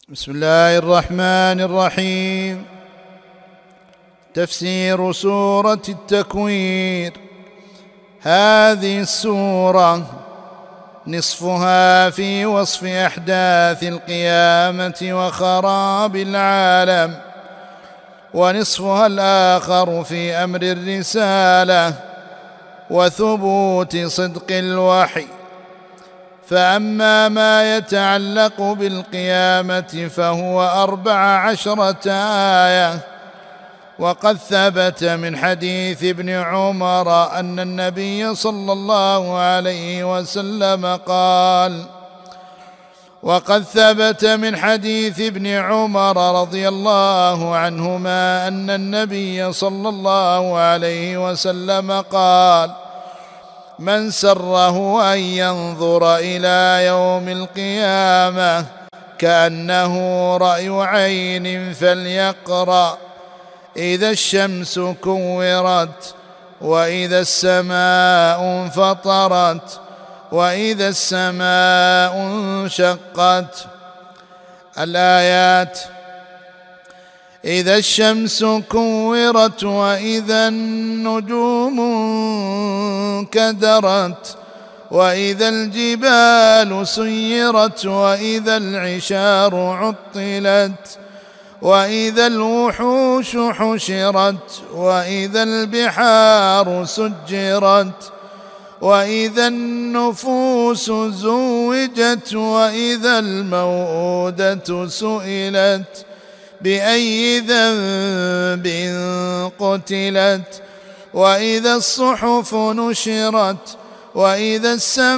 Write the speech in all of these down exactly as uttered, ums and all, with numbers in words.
بسم الله الرحمن الرحيم. تفسير سورة التكوير. هذه السورة نصفها في وصف أحداث القيامة وخراب العالم، ونصفها الآخر في أمر الرسالة وثبوت صدق الوحي. فأما ما يتعلق بالقيامة فهو أربع عشرة آية. وقد ثبت من حديث ابن عمر أن النبي صلى الله عليه وسلم قال وقد ثبت من حديث ابن عمر رضي الله عنهما أن النبي صلى الله عليه وسلم قال: من سره أن ينظر إلى يوم القيامة كأنه رأي عين فليقرأ: إذا الشمس كورت، وإذا السماء انفطرت، وإذا السماء انشقت. الآيات: إذا الشمس كورت، وإذا النجوم انكدرت، وإذا الجبال سيرت، وإذا العشار عطلت، وإذا الوحوش حشرت، وإذا البحار سجرت، وإذا النفوس زوجت، وإذا الموءودة سئلت بأي ذنب قتلت، وإذا الصحف نشرت، وإذا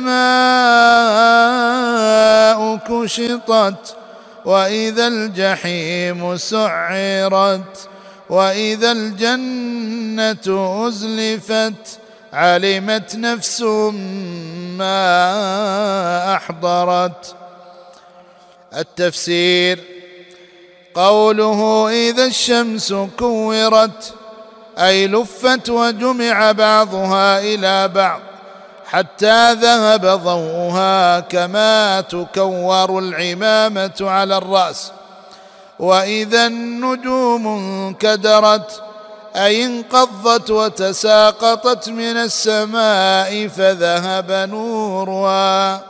السماء كشطت، وإذا الجحيم سعرت، وإذا الجنة أزلفت. علمت نفس ما أحضرت. التفسير: قوله إذا الشمس كورت أي لفت وجمع بعضها إلى بعض حتى ذهب ضوءها كما تكور العمامة على الرأس. وإذا النجوم انكدرت أي انقضت وتساقطت من السماء فذهب نورها،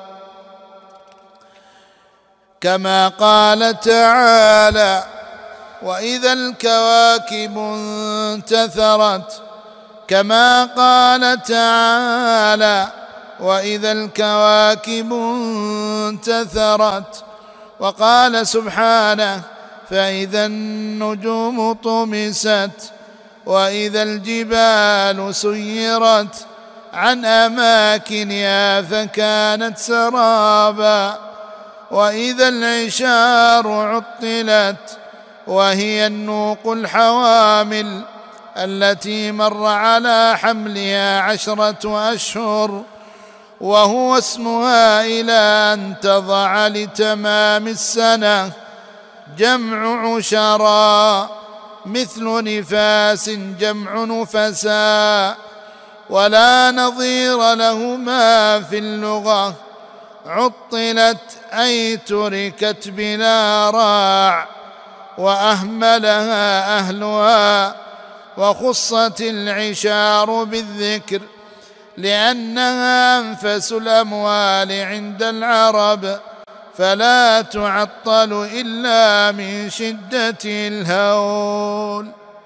كما قال تعالى: وإذا الكواكب انتثرت، كما قال تعالى: وإذا الكواكب انتثرت. وقال سبحانه: فإذا النجوم طمست، وإذا الجبال سيرت عن أماكنها فكانت سرابا، وإذا العشار عطلت، وهي النوق الحوامل التي مر على حملها عشرة أشهر، وهو اسمها إلى أن تضع لتمام السنة. جمع عشرا، مثل نفاس جمع نفساء، ولا نظير لهما في اللغة. عطلت أي تركت بلا راع وأهملها أهلها. وخصت العشار بالذكر لأنها أنفس الأموال عند العرب، فلا تعطل إلا من شدة الهول.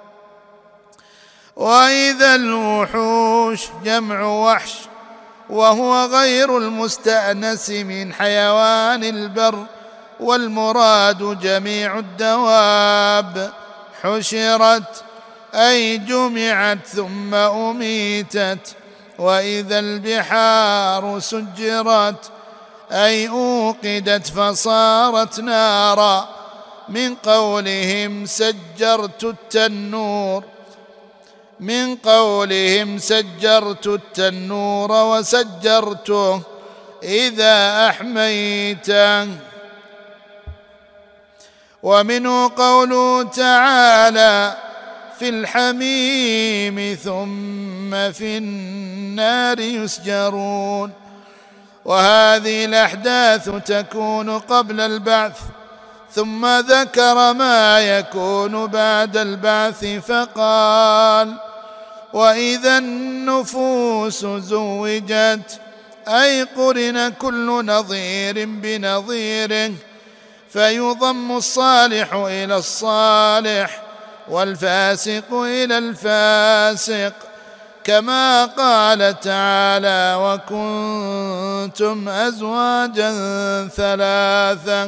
وإذا الوحوش جمع وحش، وهو غير المستأنس من حيوان البر، والمراد جميع الدواب. حشرت أي جمعت ثم أميتت. وإذا البحار سجرت أي أوقدت فصارت نارا، من قولهم سجرت التنور من قولهم سجرت التنور وسجرته إذا أحميته. ومنه قوله تعالى: في الحميم ثم في النار يسجرون. وهذه الأحداث تكون قبل البعث، ثم ذكر ما يكون بعد البعث فقال: وإذا النفوس زوجت، أي قرن كل نظير بنظيره، فيضم الصالح إلى الصالح والفاسق إلى الفاسق، كما قال تعالى: وكنتم أزواجا ثلاثة.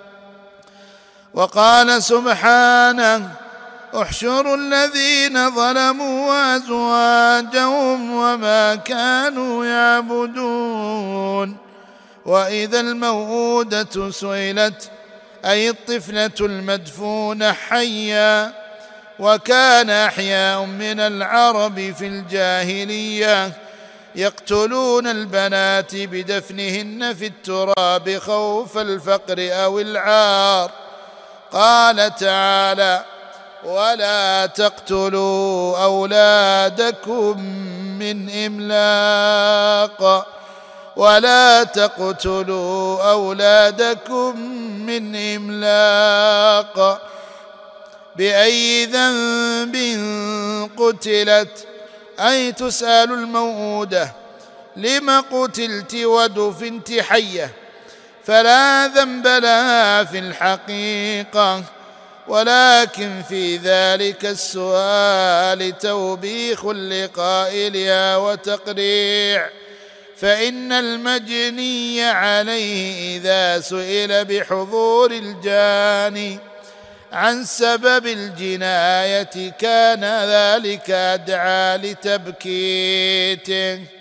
وقال سبحانه: احشروا الذين ظلموا وأزواجهم وما كانوا يعبدون. وإذا الموءودة سئلت، أي الطفلة المدفونة حيا. وكان أحياء من العرب في الجاهلية يقتلون البنات بدفنهن في التراب خوف الفقر أو العار. قال تعالى: ولا تقتلوا أولادكم من إملاق ولا تقتلوا أولادكم من إملاق بأي ذنب قتلت، أي تسأل الموءودة: لم قتلت ودفنت حية؟ فلا ذنب لها في الحقيقة، ولكن في ذلك السؤال توبيخ لقائلها وتقريع، فإن المجني عليه إذا سئل بحضور الجاني عن سبب الجناية كان ذلك أدعى لتبكيته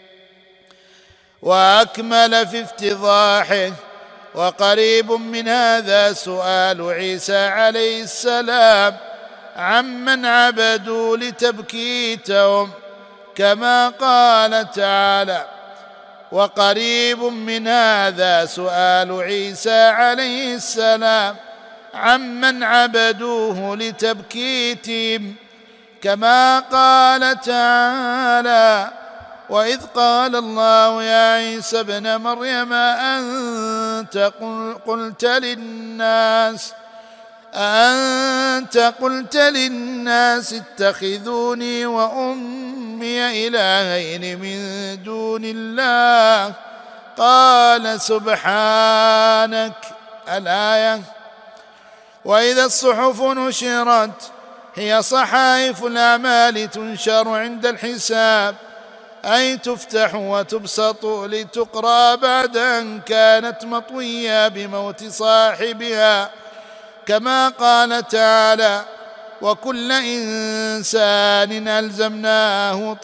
وأكمل في افتضاحه. وقريب من هذا سؤال عيسى عليه السلام عمن عبدوا لتبكيتهم، كما قال تعالى: وقريب من هذا سؤال عيسى عليه السلام عمن عبدوه لتبكيتهم، كما قال تعالى: وإذ قال الله يا عيسى ابن مريم أأنت قلت للناس أأنت قلت للناس اتخذوني وأمي إلهين من دون الله؟ قال: سبحانك. الآية. وإذا الصحف نشرت، هي صحائف الأعمال تنشر عند الحساب، أي تفتح وتبسط لتقرأ بعد أن كانت مطوية بموت صاحبها، كما قال تعالى: وكل إنسان ألزمناه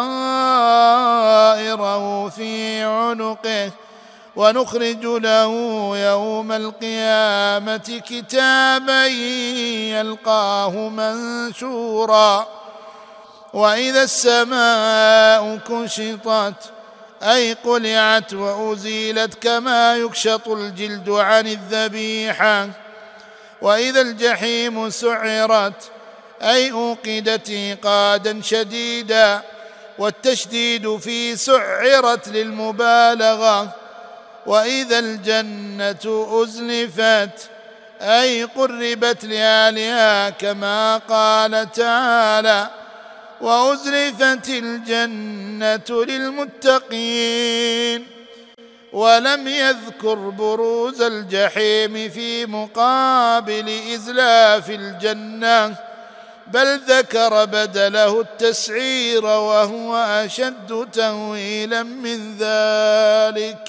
طائره في عنقه ونخرج له يوم القيامة كتابا يلقاه منشورا. وإذا السماء كشطت، أي قلعت وأزيلت كما يكشط الجلد عن الذبيحة. وإذا الجحيم سعرت، أي أوقدت إيقادا شديدا، والتشديد في سعرت للمبالغة. وإذا الجنة أزلفت، أي قربت لأهلها، كما قال تعالى: وأزلفت الجنة للمتقين. ولم يذكر بروز الجحيم في مقابل إزلاف الجنة، بل ذكر بدله التسعير، وهو أشد تهويلا من ذلك.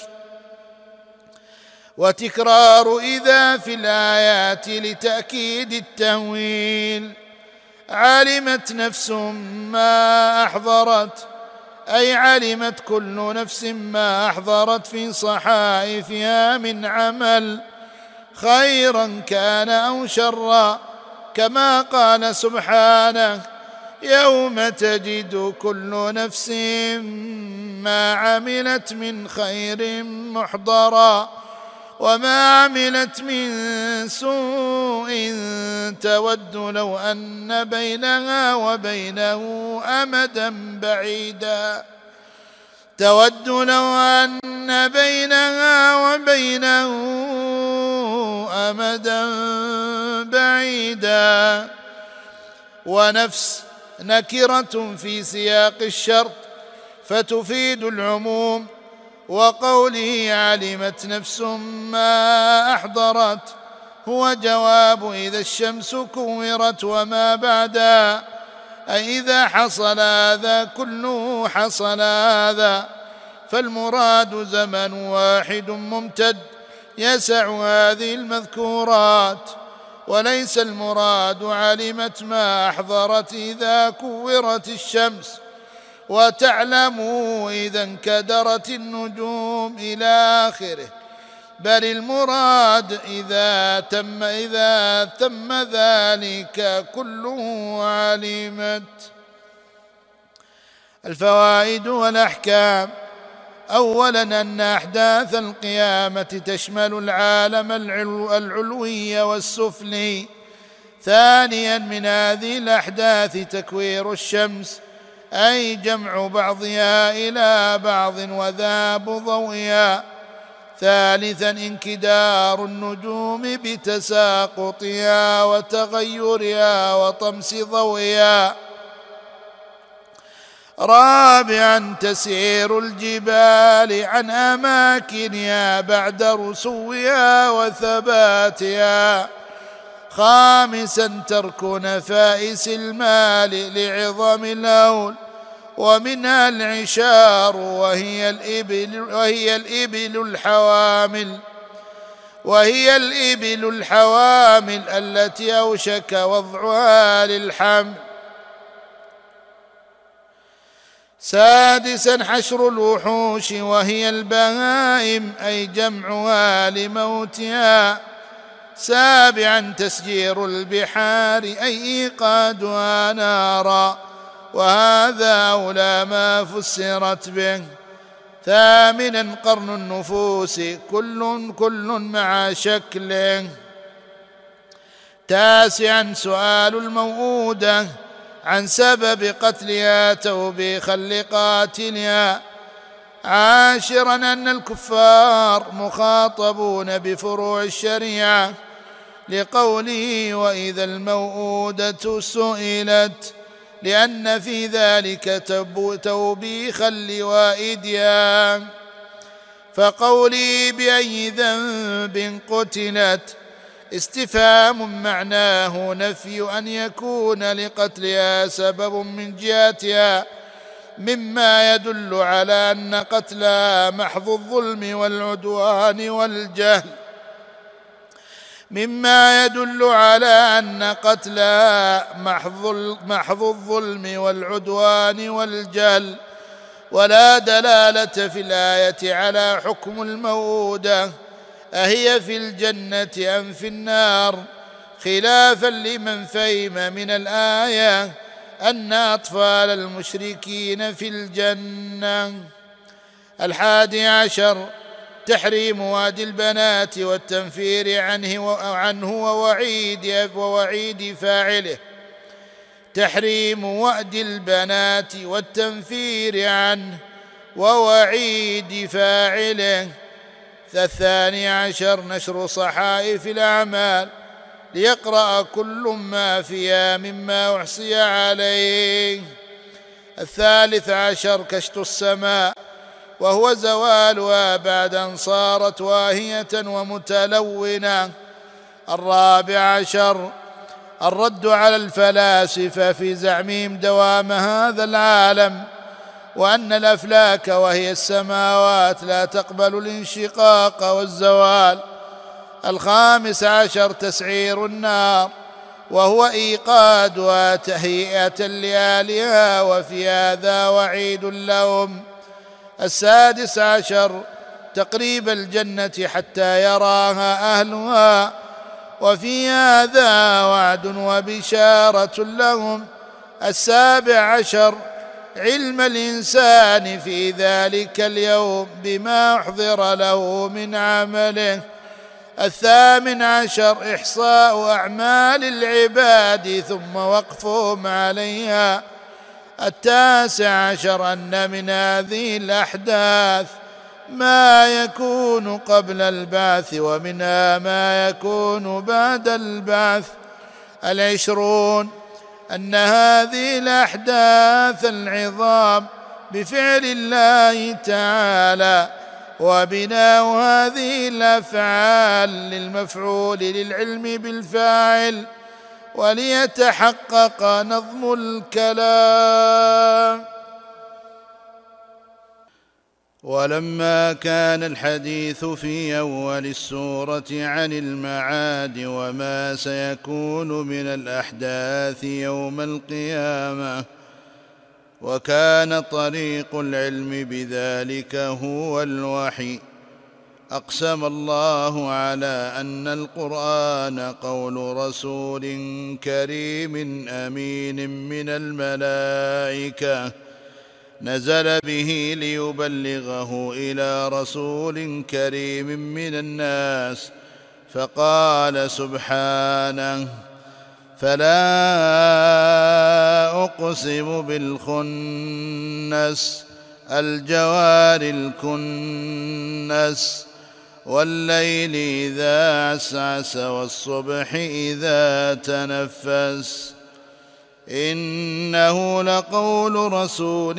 وتكرار إذا في الآيات لتأكيد التهويل. علمت نفس ما أحضرت، أي علمت كل نفس ما أحضرت في صحائفها من عمل، خيرا كان أو شرا، كما قال سبحانه: يوم تجد كل نفس ما عملت من خير محضرا، وما عملت من سوء تود لو أن بينها وبينه أمدا بعيدا، تود لو أن بينها وبينه أمدا بعيدا. ونفس نكرة في سياق الشرط فتفيد العموم، وقوله علمت نفس ما أحضرت هو جواب إذا الشمس كورت وما بعدها، أي إذا حصل هذا كله حصل هذا. فالمراد زمن واحد ممتد يسع هذه المذكورات، وليس المراد علمت ما أحضرت إذا كورت الشمس وتعلموا إذا انكدرت النجوم إلى آخره، بل المراد إذا تم إذا تم ذلك كله علمت. الفوائد والأحكام: أولا أن أحداث القيامة تشمل العالم العلوي والسفلي. ثانيا من هذه الأحداث تكوير الشمس، أي جمع بعضها إلى بعض وذهاب ضوئها. ثالثا انكدار النجوم بتساقطها وتغيرها وطمس ضوئها. رابعا تسيير الجبال عن أماكنها بعد رسوها وثباتها. خامسا ترك نفائس المال لعظم الهول، ومنها العشار وهي الإبل, وهي الإبل الحوامل وهي الإبل الحوامل التي أوشك وضعها للحمل. سادسا حشر الوحوش وهي البهائم، أي جمعها لموتها. سابعا تسجير البحار، أي إيقادها نارا، وهذا أولى ما فسرت به. ثامنا قرن النفوس، كل كل مع شكله. تاسعا سؤال الموءودة عن سبب قتلها توبيخا لقاتلها. عاشرا أن الكفار مخاطبون بفروع الشريعة لقوله وإذا الموءودة سئلت، لأن في ذلك توبيخا لوائدها. فقولي بأي ذنب قتلت استفهام معناه نفي أن يكون لقتلها سبب من جهتها، مما يدل على أن قتلها محض الظلم والعدوان والجهل مما يدل على أن قتلها محض الظلم والعدوان والجهل. ولا دلالة في الآية على حكم الموءودة أهي في الجنة أم في النار، خلافا لمن فهم من الآية أن أطفال المشركين في الجنة. الحادي عشر تحريم وأد البنات والتنفير عنه وعنه ووعيد ووعيد فاعله. تحريم وأد البنات والتنفير عنه ووعيد فاعله. الثاني عشر نشر صحائف الأعمال ليقرأ كل ما فيها مما أحصي عليه. الثالث عشر كشط السماء، وهو زوالها بعد أن صارت واهية ومتلونة. الرابع عشر الرد على الفلاسفة في زعمهم دوام هذا العالم، وأن الأفلاك وهي السماوات لا تقبل الانشقاق والزوال. الخامس عشر تسعير النار، وهو إيقادها تهيئة لأهلها، وفي هذا وعيد لهم. السادس عشر تقريب الجنة حتى يراها أهلها، وفي هذا وعد وبشارة لهم. السابع عشر علم الإنسان في ذلك اليوم بما أحضر له من عمله. الثامن عشر إحصاء أعمال العباد ثم وقفهم عليها. التاسع عشر أن من هذه الأحداث ما يكون قبل البعث ومنها ما يكون بعد البعث. العشرون أن هذه الأحداث العظام بفعل الله تعالى وبناء هذه الأفعال للمفعول للعلم بالفاعل وليتحقق نظم الكلام. ولما كان الحديث في أول السورة عن المعاد وما سيكون من الأحداث يوم القيامة وكان طريق العلم بذلك هو الوحي، أقسم الله على أن القرآن قول رسول كريم أمين من الملائكة نزل به ليبلغه إلى رسول كريم من الناس، فقال سبحانه: فلا أقسم بالخنس الجوار الكنس والليل إذا عسعس والصبح إذا تنفس إنه لقول رسول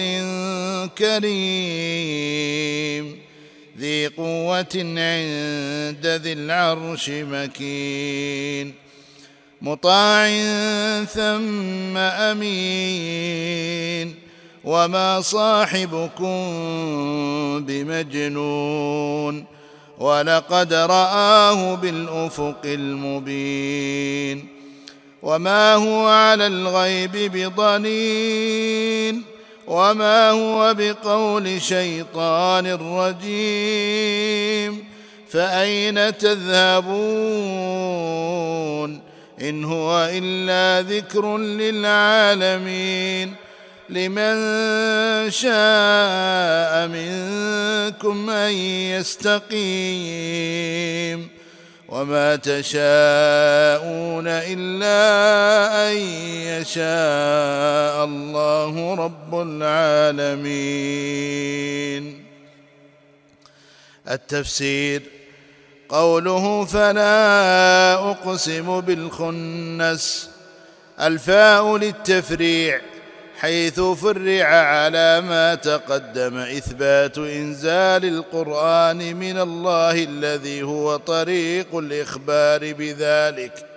كريم ذي قوة عند ذي العرش مكين مطاع ثم أمين وما صاحبكم بمجنون ولقد رآه بالأفق المبين وما هو على الغيب بضنين وما هو بقول شيطان رجيم فأين تذهبون إن هو إلا ذكر للعالمين لمن شاء منكم أن يستقيم وما تشاءون إلا أن يشاء الله رب العالمين. التفسير: قوله فلا أقسم بالخنس، الفاء للتفريع حيث فرع على ما تقدم إثبات إنزال القرآن من الله الذي هو طريق الإخبار بذلك،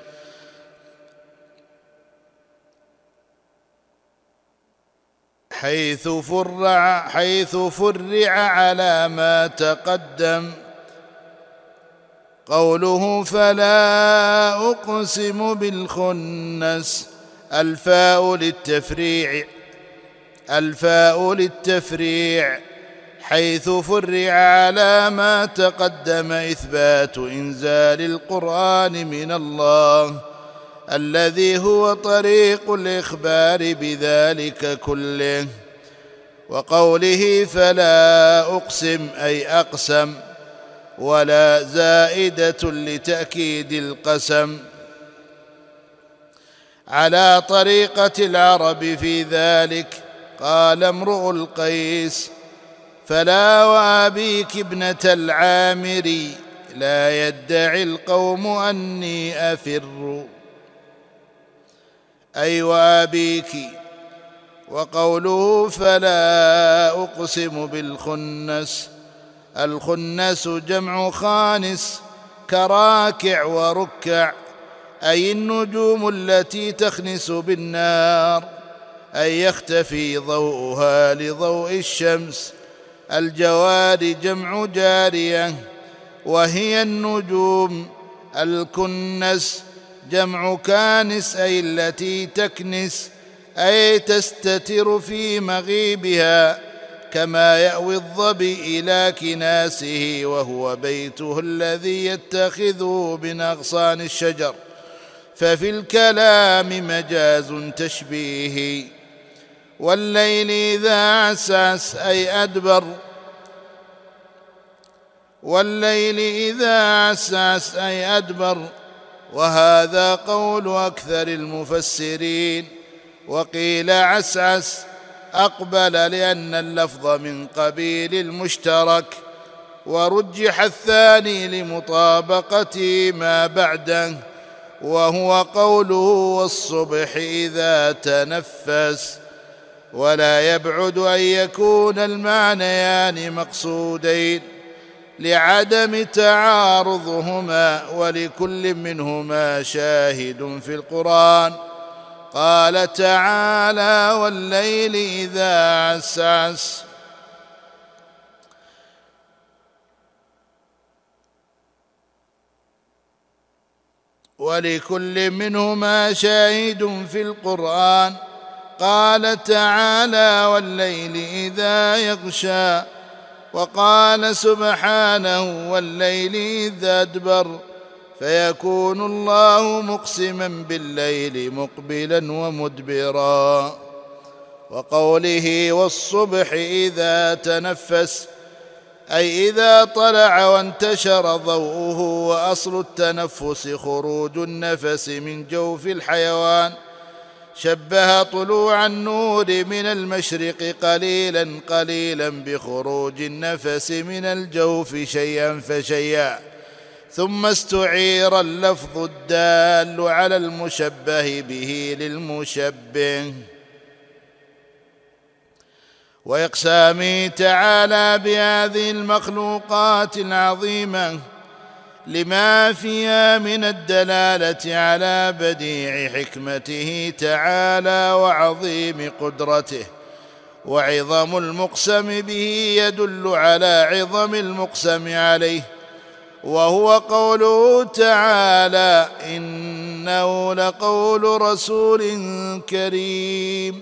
حيث فرع, حيث فرع على ما تقدم. قوله فلا أقسم بالخنس، الفاء للتفريع الفاء للتفريع حيث فرع على ما تقدم إثبات إنزال القرآن من الله الذي هو طريق الإخبار بذلك كله. وقوله فلا أقسم أي أقسم، ولا زائدة لتأكيد القسم، على طريقة العرب في ذلك. قال امرؤ القيس: فلا وأبيك ابنة العامري لا يدعي القوم أني أفر، أي وأبيك. وقوله فلا أقسم بالخنس، الخنس جمع خانس كراكع وركع، أي النجوم التي تخنس بالنار، أي يختفي ضوءها لضوء الشمس. الجوار جمع جارية وهي النجوم. الكنس جمع كانس، أي التي تكنس، أي تستتر في مغيبها، كما يأوي الظبي إلى كناسه وهو بيته الذي يتخذه من أغصان الشجر. ففي الكلام مجاز تشبيهي. والليل إذا عسعس أي أدبر، والليل إذا عسعس أي أدبر، وهذا قول أكثر المفسرين. وقيل عسعس أقبل لأن اللفظ من قبيل المشترك، ورجح الثاني لمطابقة ما بعده، وهو قوله والصبح إذا تنفس. ولا يبعد أن يكون المعنيان مقصودين لعدم تعارضهما، ولكل منهما شاهد في القرآن. قال تعالى والليل إذا عسعس، ولكل منهما شاهد في القرآن. قال تعالى والليل إذا يغشى، وقال سبحانه والليل إذا أدبر، فيكون الله مقسما بالليل مقبلا ومدبرا. وقوله والصبح إذا تنفس، أي إذا طلع وانتشر ضوءه، وأصل التنفس خروج النفس من جوف الحيوان. شبه طلوع النور من المشرق قليلا قليلا بخروج النفس من الجوف شيئا فشيئا، ثم استعير اللفظ الدال على المشبه به للمشبه. وإقسامه تعالى بهذه المخلوقات العظيمة لما فيها من الدلالة على بديع حكمته تعالى وعظيم قدرته. وعظم المقسم به يدل على عظم المقسم عليه، وهو قوله تعالى إنه لقول رسول كريم.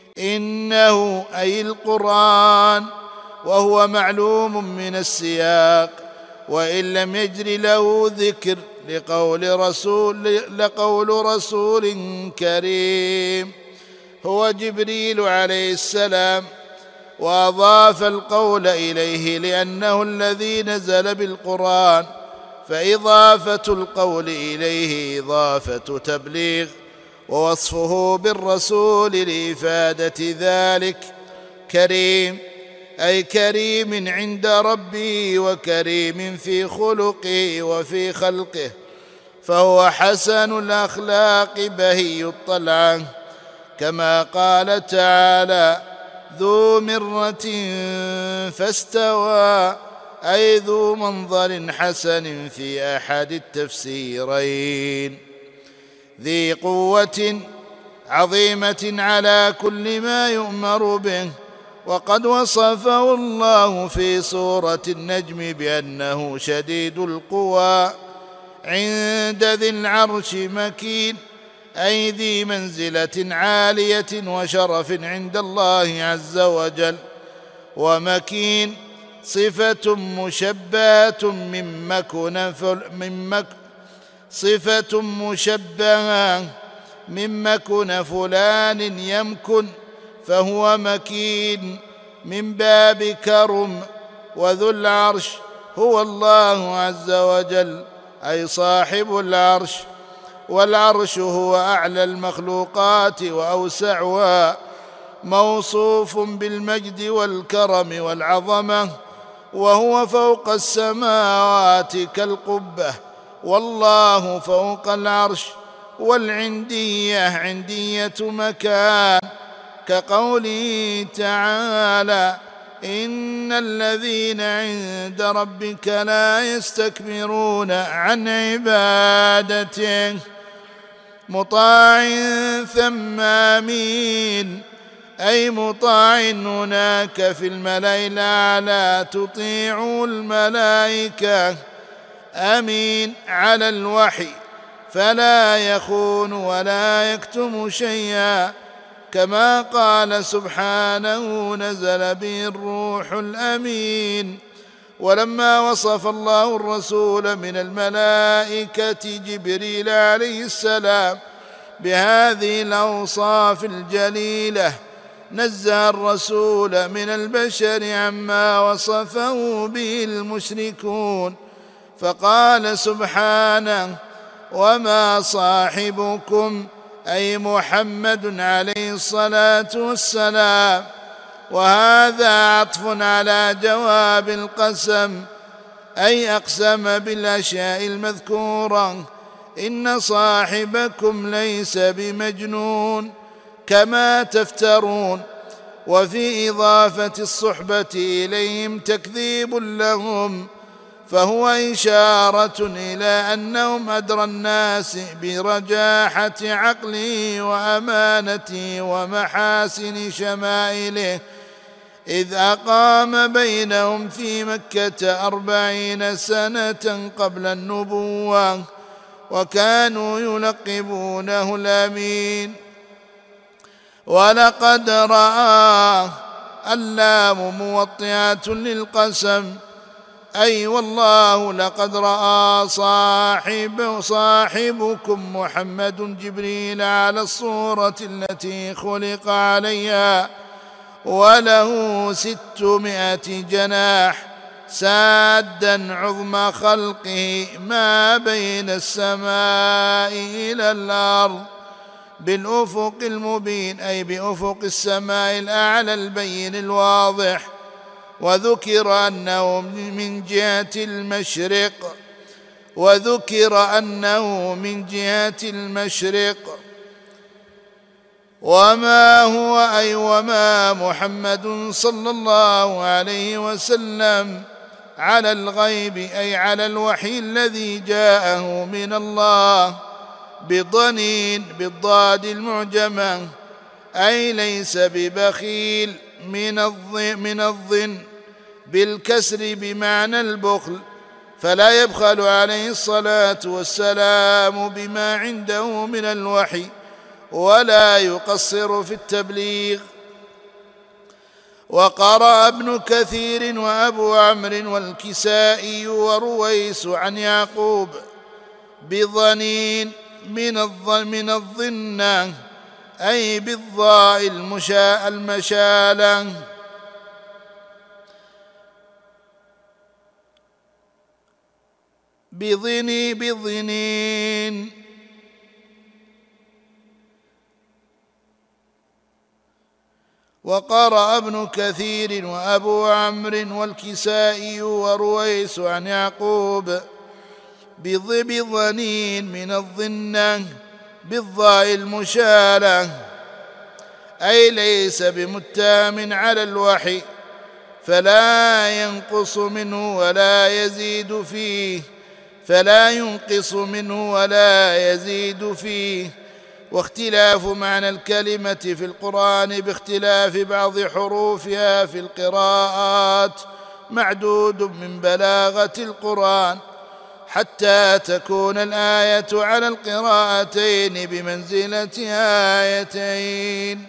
إنه أي القرآن، وهو معلوم من السياق وإن لم يجر له ذكر لقول رسول, لقول رسول كريم هو جبريل عليه السلام، وأضاف القول إليه لأنه الذي نزل بالقرآن، فإضافة القول إليه إضافة تبليغ، ووصفه بالرسول لإفادة ذلك. كريم أي كريم عند ربه، وكريم في خلقه وفي خلقه، فهو حسن الأخلاق بهي الطلعة، كما قال تعالى ذو مرة فاستوى، أي ذو منظر حسن في أحد التفسيرين. ذي قوة عظيمة على كل ما يؤمر به. وقد وصفه الله في سورة النجم بأنه شديد القوى، عند ذي العرش مكين، أي ذي منزلة عالية وشرف عند الله عز وجل. ومكين صفة مشبهة من مكن من مك صفة مشبهة من مكن فلان يمكن، فهو مكين من باب كرم. وذو العرش هو الله عز وجل، أي صاحب العرش. والعرش هو أعلى المخلوقات وأوسعها، موصوف بالمجد والكرم والعظمة، وهو فوق السماوات كالقبة، والله فوق العرش. والعندية عندية مكان، كقوله تعالى إن الذين عند ربك لا يستكبرون عن عبادته. مطاع ثم أمين، أي مطاع هناك في الملأ الأعلى تطيع الملائكة. أمين على الوحي، فلا يخون ولا يكتم شيئا، كما قال سبحانه نزل به الروح الأمين. ولما وصف الله الرسول من الملائكة جبريل عليه السلام بهذه الأوصاف الجليلة، نزه الرسول من البشر عما وصفه به المشركون، فقال سبحانه وما صاحبكم أي محمد عليه الصلاة والسلام، وهذا عطف على جواب القسم، أي أقسم بالأشياء المذكورة: إن صاحبكم ليس بمجنون كما تفترون. وفي إضافة الصحبة إليهم تكذيب لهم، فهو إشارة إلى أنهم أدرى الناس برجاحة عقله وأمانته ومحاسن شمائله، إذ أقام بينهم في مكة أربعين سنة قبل النبوة، وكانوا يلقبونه الأمين. ولقد رآه، اللام موطئة للقسم، أي والله لقد رأى صاحب صاحبكم محمد جبريل على الصورة التي خلق عليها، وله ستمائة جناح سادا عظم خلقه ما بين السماء إلى الأرض بالأفق المبين، أي بأفق السماء الأعلى البين الواضح. وذكر أنه من جهة المشرق وذكر أنه من جهة المشرق وما هو أي وما محمد صلى الله عليه وسلم على الغيب، أي على الوحي الذي جاءه من الله بضنين بالضاد المعجمة، أي ليس ببخيل من الظن بالكسر بمعنى البخل، فلا يبخل عليه الصلاة والسلام بما عنده من الوحي، ولا يقصر في التبليغ. وقرأ ابن كثير وأبو عمرو والكسائي ورويس عن يعقوب بظنين من الظن من الظنة، أي بالضاء المشاء المشالة. بظني بظنين. وقرأ ابن كثير وأبو عمرو والكسائي ورويس عن يعقوب بظنين من الظنة بالضاء المشالة، أي ليس بمتام على الوحي، فلا ينقص منه ولا يزيد فيه فلا ينقص منه ولا يزيد فيه. واختلاف معنى الكلمة في القرآن باختلاف بعض حروفها في القراءات معدود من بلاغة القرآن، حتى تكون الآية على القراءتين بمنزلة آيتين.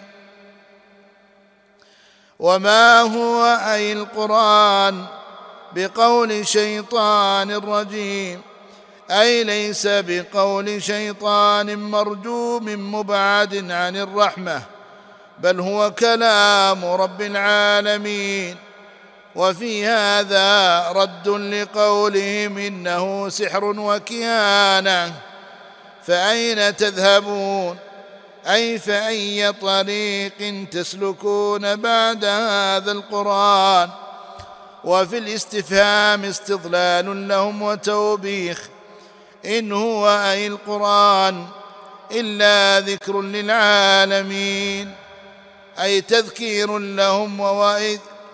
وما هو أي القرآن بقول شيطان رجيم، أي ليس بقول شيطان مرجوم مبعد عن الرحمة، بل هو كلام رب العالمين. وفي هذا رد لقولهم إنه سحر وكهانة. فأين تذهبون، أي فأي طريق تسلكون بعد هذا القرآن؟ وفي الاستفهام استضلال لهم وتوبيخ، إن هو أي القرآن إلا ذكر للعالمين، أي تذكير لهم ووعظ.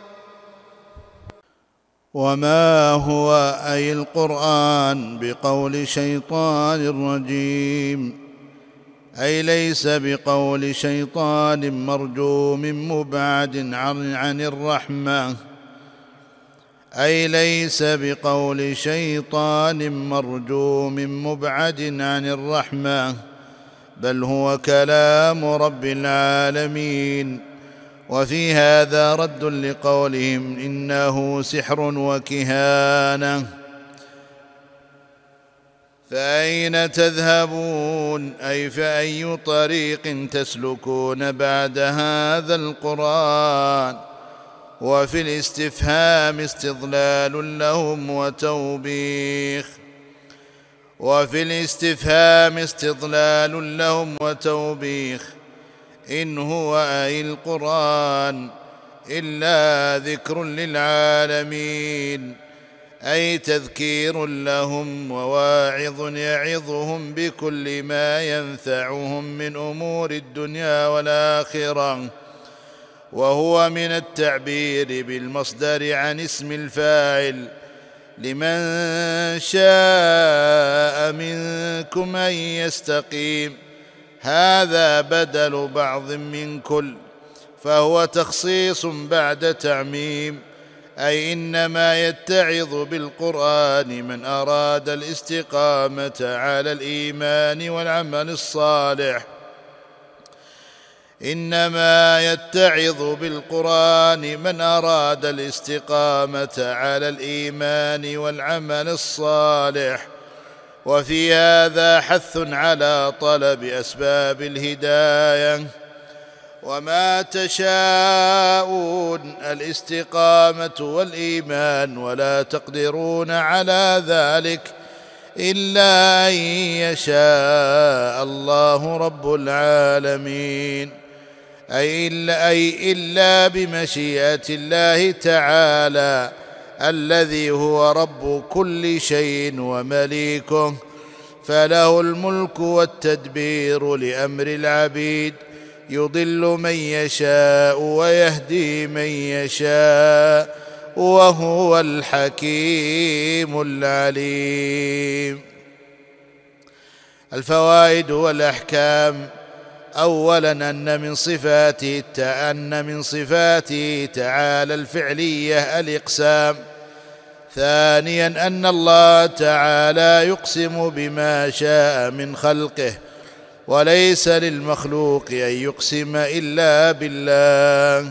وما هو أي القرآن بقول شيطان رجيم، أي ليس بقول شيطان مرجوم مبعد عن الرحمة، أي ليس بقول شيطان مرجوم مبعد عن الرحمة، بل هو كلام رب العالمين. وفي هذا رد لقولهم إنه سحر وكهانة. فأين تذهبون، أي فأي طريق تسلكون بعد هذا القرآن؟ وفي الاستفهام استضلال لهم وتوبيخ. وفي الاستفهام استضلال لهم وتوبيخ. إن هو أي القرآن إلا ذكر للعالمين، أي تذكير لهم وواعظ يعظهم بكل ما ينفعهم من أمور الدنيا والآخرة. وهو من التعبير بالمصدر عن اسم الفاعل، لمن شاء منكم أن يستقيم، هذا بدل بعض من كل، فهو تخصيص بعد تعميم، أي إنما يتعظ بالقرآن من أراد الاستقامة على الإيمان والعمل الصالح. إنما يتعظ بالقرآن من أراد الاستقامة على الإيمان والعمل الصالح. وفي هذا حث على طلب أسباب الهداية. وما تشاءون الاستقامة والإيمان، ولا تقدرون على ذلك إلا أن يشاء الله رب العالمين، أي إلا, أي إلا بمشيئة الله تعالى الذي هو رب كل شيء ومليكه، فله الملك والتدبير لأمر العبيد، يضل من يشاء ويهدي من يشاء، وهو الحكيم العليم. الفوائد والأحكام. أولا أن من صفاته أن من صفاته تعالى الفعلية الإقسام. ثانيا أن الله تعالى يقسم بما شاء من خلقه، وليس للمخلوق أن يقسم إلا بالله.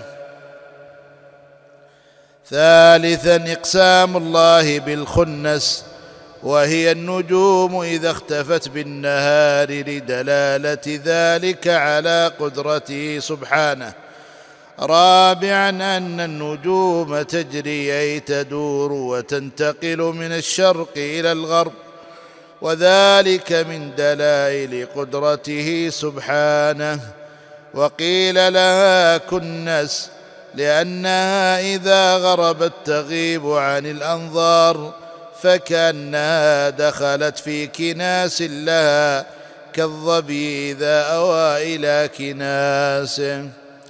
ثالثا إقسام الله بالخنس، وهي النجوم إذا اختفت بالنهار، لدلالة ذلك على قدرته سبحانه. رابعا أن النجوم تجري أي تدور وتنتقل من الشرق إلى الغرب، وذلك من دلائل قدرته سبحانه. وقيل لها كنس لأنها إذا غربت تغيب عن الأنظار، فكأنها دخلت في كناس لها كالظبي إذا أوى إلى كناسه.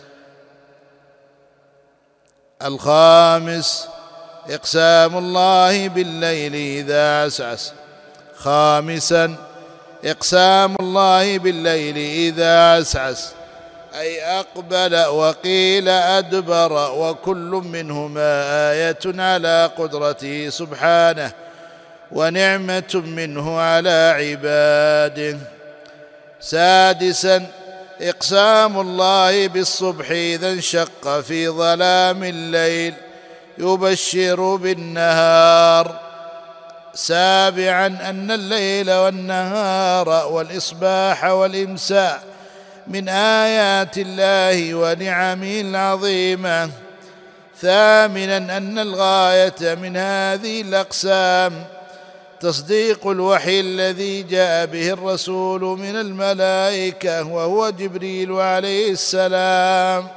الخامس إقسام الله بالليل إذا عسعس. خامسا إقسام الله بالليل إذا عسعس، أي أقبل، وقيل أدبر، وكل منهما آية على قدرته سبحانه ونعمة منه على عباده. سادسا إقسام الله بالصبح إذا انشق في ظلام الليل، يبشر بالنهار. سابعا أن الليل والنهار والإصباح والإمساء من آيات الله ونعمه العظيمة. ثامنا أن الغاية من هذه الأقسام تصديق الوحي الذي جاء به الرسول من الملائكة، وهو جبريل عليه السلام.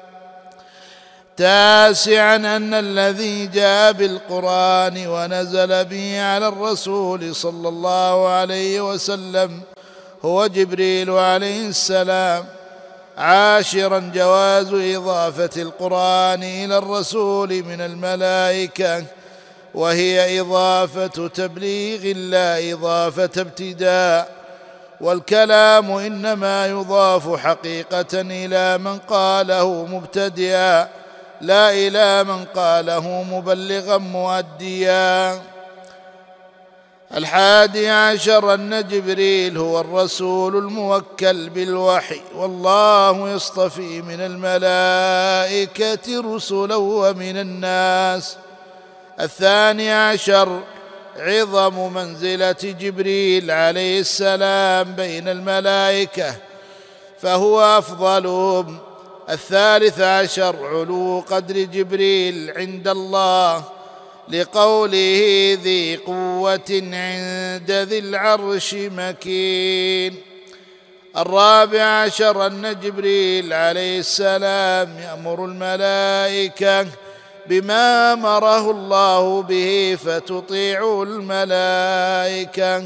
تاسعا أن الذي جاء بالقرآن ونزل به على الرسول صلى الله عليه وسلم هو جبريل عليه السلام. عاشرا جواز إضافة القرآن إلى الرسول من الملائكة، وهي إضافة تبليغ لا إضافة ابتداء، والكلام إنما يضاف حقيقة إلى من قاله مبتدئا، لا إلى من قاله مبلغا مؤديا. الحادي عشر أن جبريل هو الرسول الموكل بالوحي، والله يصطفي من الملائكة رسلا ومن الناس. الثاني عشر عظم منزلة جبريل عليه السلام بين الملائكة، فهو أفضلهم. الثالث عشر علو قدر جبريل عند الله، لقوله ذي قوة عند ذي العرش مكين. الرابع عشر أن جبريل عليه السلام يأمر الملائكة بما أمره الله به فتطيع الملائكة.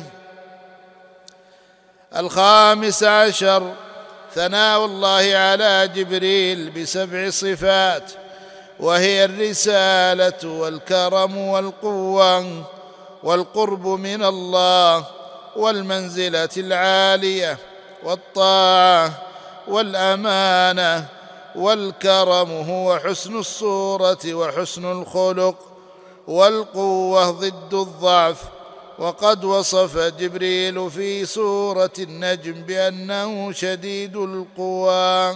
الخامس عشر ثناء الله على جبريل بسبع صفات، وهي الرسالة والكرم والقوة والقرب من الله والمنزلة العالية والطاعة والأمانة والكرم هو حسن الصورة وحسن الخلق، والقوة ضد الضعف. وقد وصف جبريل في سورة النجم بأنه شديد القوى.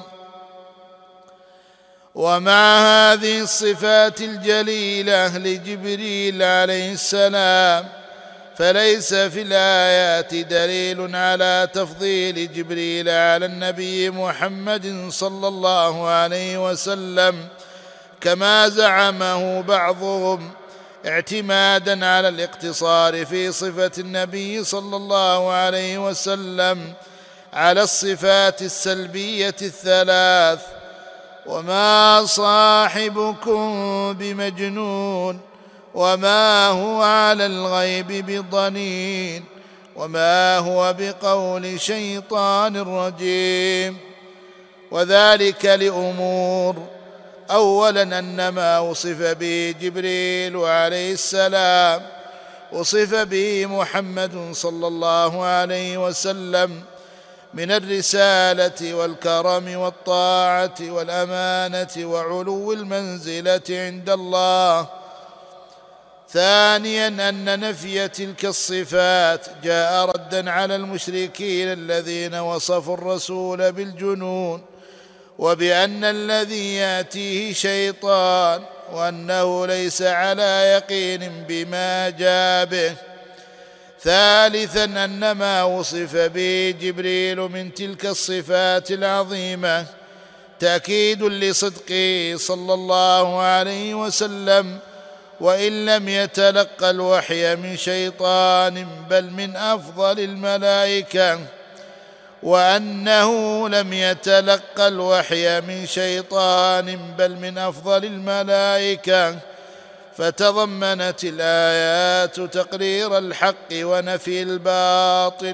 ومع هذه الصفات الجليلة لجبريل عليه السلام فليس في الآيات دليل على تفضيل جبريل على النبي محمد صلى الله عليه وسلم كما زعمه بعضهم، اعتمادا على الاقتصار في صفة النبي صلى الله عليه وسلم على الصفات السلبية الثلاث. وما صاحبكم بمجنون وما هو على الغيب بضنين وما هو بقول شيطان رجيم. وذلك لأمور: أولا أن ما وصف به جبريل عليه السلام وصف به محمد صلى الله عليه وسلم من الرسالة والكرم والطاعة والأمانة وعلو المنزلة عند الله. ثانيا أن نفي تلك الصفات جاء ردا على المشركين الذين وصفوا الرسول بالجنون وبأن الذي يأتيه شيطان وأنه ليس على يقين بما جاء به. ثالثا أن ما وصف به جبريل من تلك الصفات العظيمة تأكيد لصدقه صلى الله عليه وسلم، وإن لم يتلقى الوحي من شيطان بل من أفضل الملائكة، وأنه لم يتلقى الوحي من شيطان بل من أفضل الملائكة. فتضمنت الآيات تقرير الحق ونفي الباطل.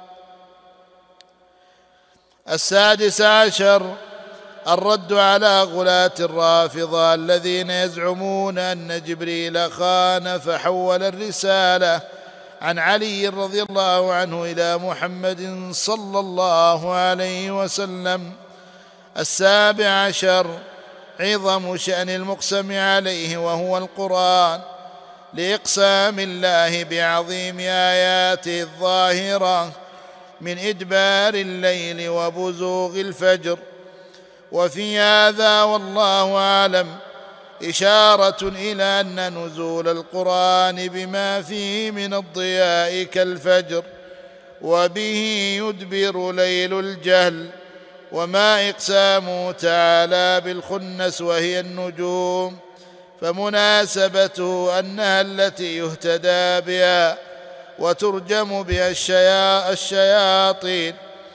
السادس عشر الرد على غلاة الرافضة الذين يزعمون أن جبريل خان فحول الرسالة عن علي رضي الله عنه إلى محمد صلى الله عليه وسلم. السابع عشر عظم شأن المقسم عليه وهو القرآن، لإقسام الله بعظيم آياته الظاهرة من إدبار الليل وبزوغ الفجر. وفي هذا والله أعلم إشارة إلى أن نزول القرآن بما فيه من الضياء كالفجر وبه يدبر ليل الجهل، وما إقسامه تعالى بالخنس وهي النجوم، فمناسبته أنها التي يهتدى بها وترجم بها الشياطين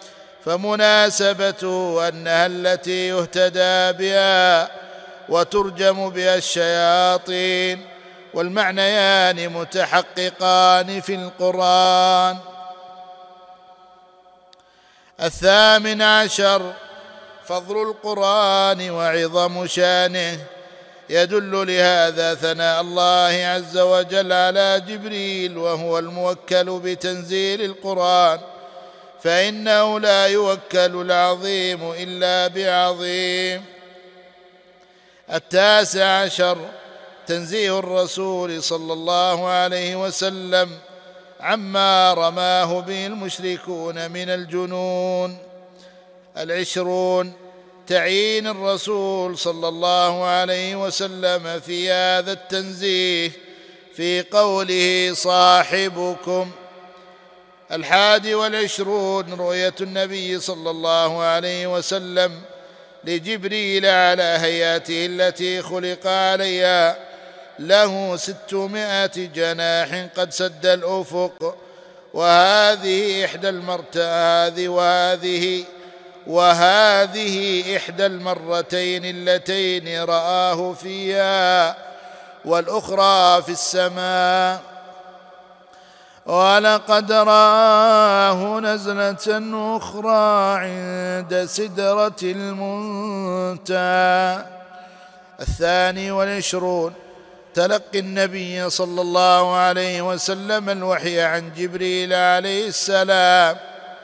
فمناسبته أنها التي يهتدى بها وترجم بها الشياطين، والمعنيان متحققان في القرآن. الثامن عشر فضل القرآن وعظم شانه، يدل لهذا ثناء الله عز وجل على جبريل وهو الموكل بتنزيل القرآن، فإنه لا يوكل العظيم إلا بعظيم. التاسع عشر تنزيه الرسول صلى الله عليه وسلم عما رماه به المشركون من الجنون. العشرون تعيين الرسول صلى الله عليه وسلم في هذا التنزيه في قوله صاحبكم. الحادي والعشرون رؤية النبي صلى الله عليه وسلم لجبريل على هيئته التي خلق عليها له ستمائة جناح قد سد الأفق. وهذه إحدى المرتين وهذه وهذه إحدى المرتين اللتين رآه فيها، والأخرى في السماء. ولقد رآه نزلة أخرى عند سدرة المنتهى. الثاني والعشرون تلقي النبي صلى الله عليه وسلم الوحي عن جبريل عليه السلام.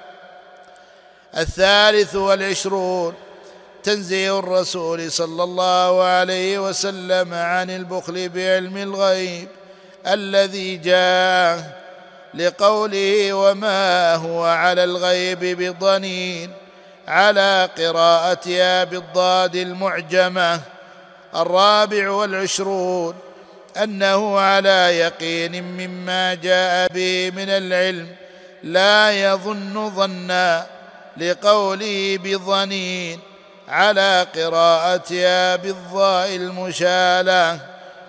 الثالث والعشرون تنزيه الرسول صلى الله عليه وسلم عن البخل بعلم الغيب الذي جاء، لقوله وما هو على الغيب بضنين، على قراءتها بالضاد المعجمة. الرابع والعشرون أنه على يقين مما جاء به من العلم، لا يظن ظنا، لقوله بظنين، على قراءتها بالضاء المشالة.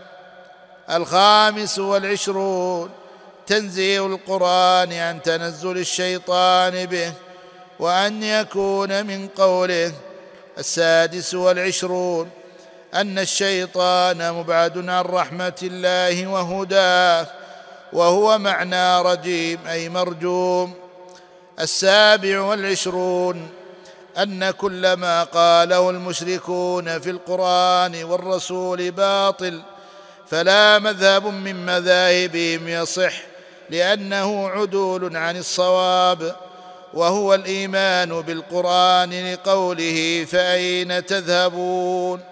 الخامس والعشرون تنزيه القرآن عن تنزل الشيطان به وأن يكون من قوله. السادس والعشرون أن الشيطان مبعد عن رحمة الله وهداه، وهو معنى رجيم أي مرجوم. السابع والعشرون أن كل ما قاله المشركون في القرآن والرسول باطل، فلا مذهب من مذاهبهم يصح، لأنه عدول عن الصواب، وهو الإيمان بالقرآن، لقوله فأين تذهبون،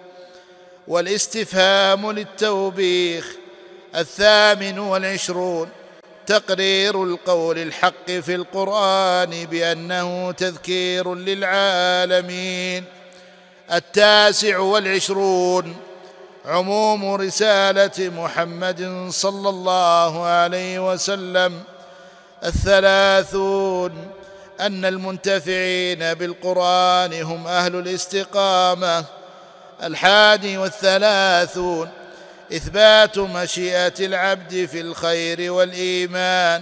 والاستفهام للتوبيخ. الثامن والعشرون تقرير القول الحق في القرآن بأنه تذكير للعالمين. التاسع والعشرون عموم رسالة محمد صلى الله عليه وسلم. الثلاثون أن المنتفعين بالقرآن هم أهل الاستقامة. الحادي والثلاثون إثبات مشيئة العبد في الخير والإيمان،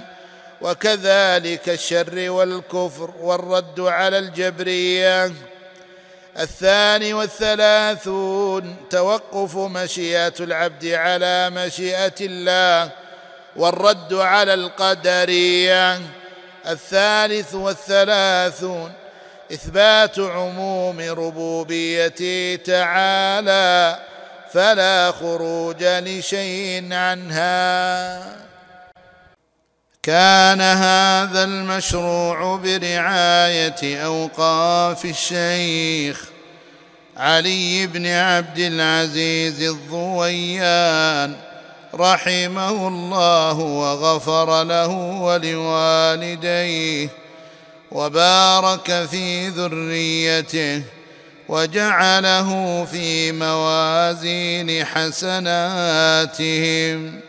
وكذلك الشر والكفر، والرد على الجبرية. الثاني والثلاثون توقف مشيئة العبد على مشيئة الله، والرد على القدرية. الثالث والثلاثون إثبات عموم ربوبيته تعالى، فلا خروج لشيء عنها. كان هذا المشروع برعاية أوقاف الشيخ علي بن عبد العزيز الضويان رحمه الله، وغفر له ولوالديه، وبارك في ذريته، وجعله في موازين حسناتهم.